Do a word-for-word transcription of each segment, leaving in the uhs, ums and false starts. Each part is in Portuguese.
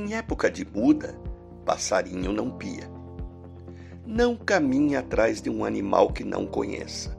Em época de muda, passarinho não pia. Não caminhe atrás de um animal que não conheça.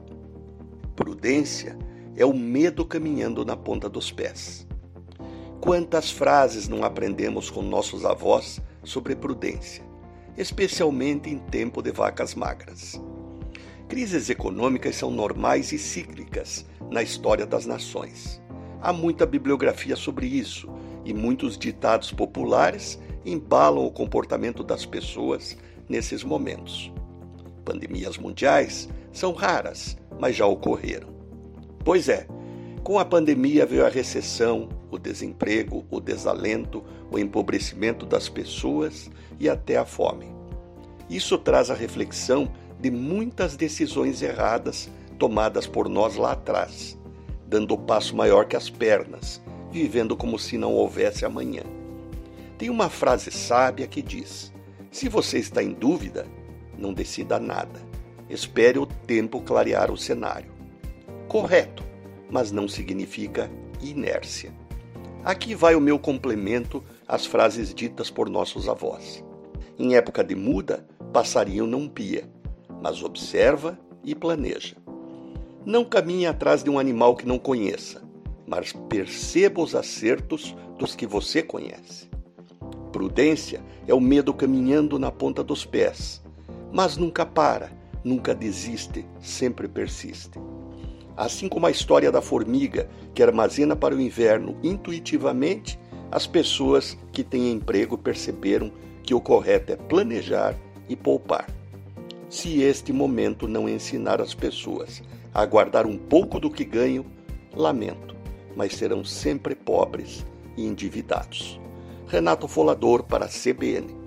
Prudência é o medo caminhando na ponta dos pés. Quantas frases não aprendemos com nossos avós sobre prudência, especialmente em tempo de vacas magras. Crises econômicas são normais e cíclicas na história das nações. Há muita bibliografia sobre isso e muitos ditados populares embalam o comportamento das pessoas nesses momentos. Pandemias mundiais são raras, mas já ocorreram. Pois é, com a pandemia veio a recessão, o desemprego, o desalento, o empobrecimento das pessoas e até a fome. Isso traz a reflexão de muitas decisões erradas tomadas por nós lá atrás, dando o passo maior que as pernas, vivendo como se não houvesse amanhã. Tem uma frase sábia que diz: se você está em dúvida, não decida nada. Espere o tempo clarear o cenário. Correto, mas não significa inércia. Aqui vai o meu complemento às frases ditas por nossos avós. Em época de muda, passarinho não pia, mas observa e planeja. Não caminhe atrás de um animal que não conheça, mas perceba os acertos dos que você conhece. Prudência é o medo caminhando na ponta dos pés, mas nunca para, nunca desiste, sempre persiste. Assim como a história da formiga que armazena para o inverno intuitivamente, as pessoas que têm emprego perceberam que o correto é planejar e poupar. Se este momento não ensinar as pessoas a guardar um pouco do que ganham, lamento, mas serão sempre pobres e endividados. Renato Folador para a C B N.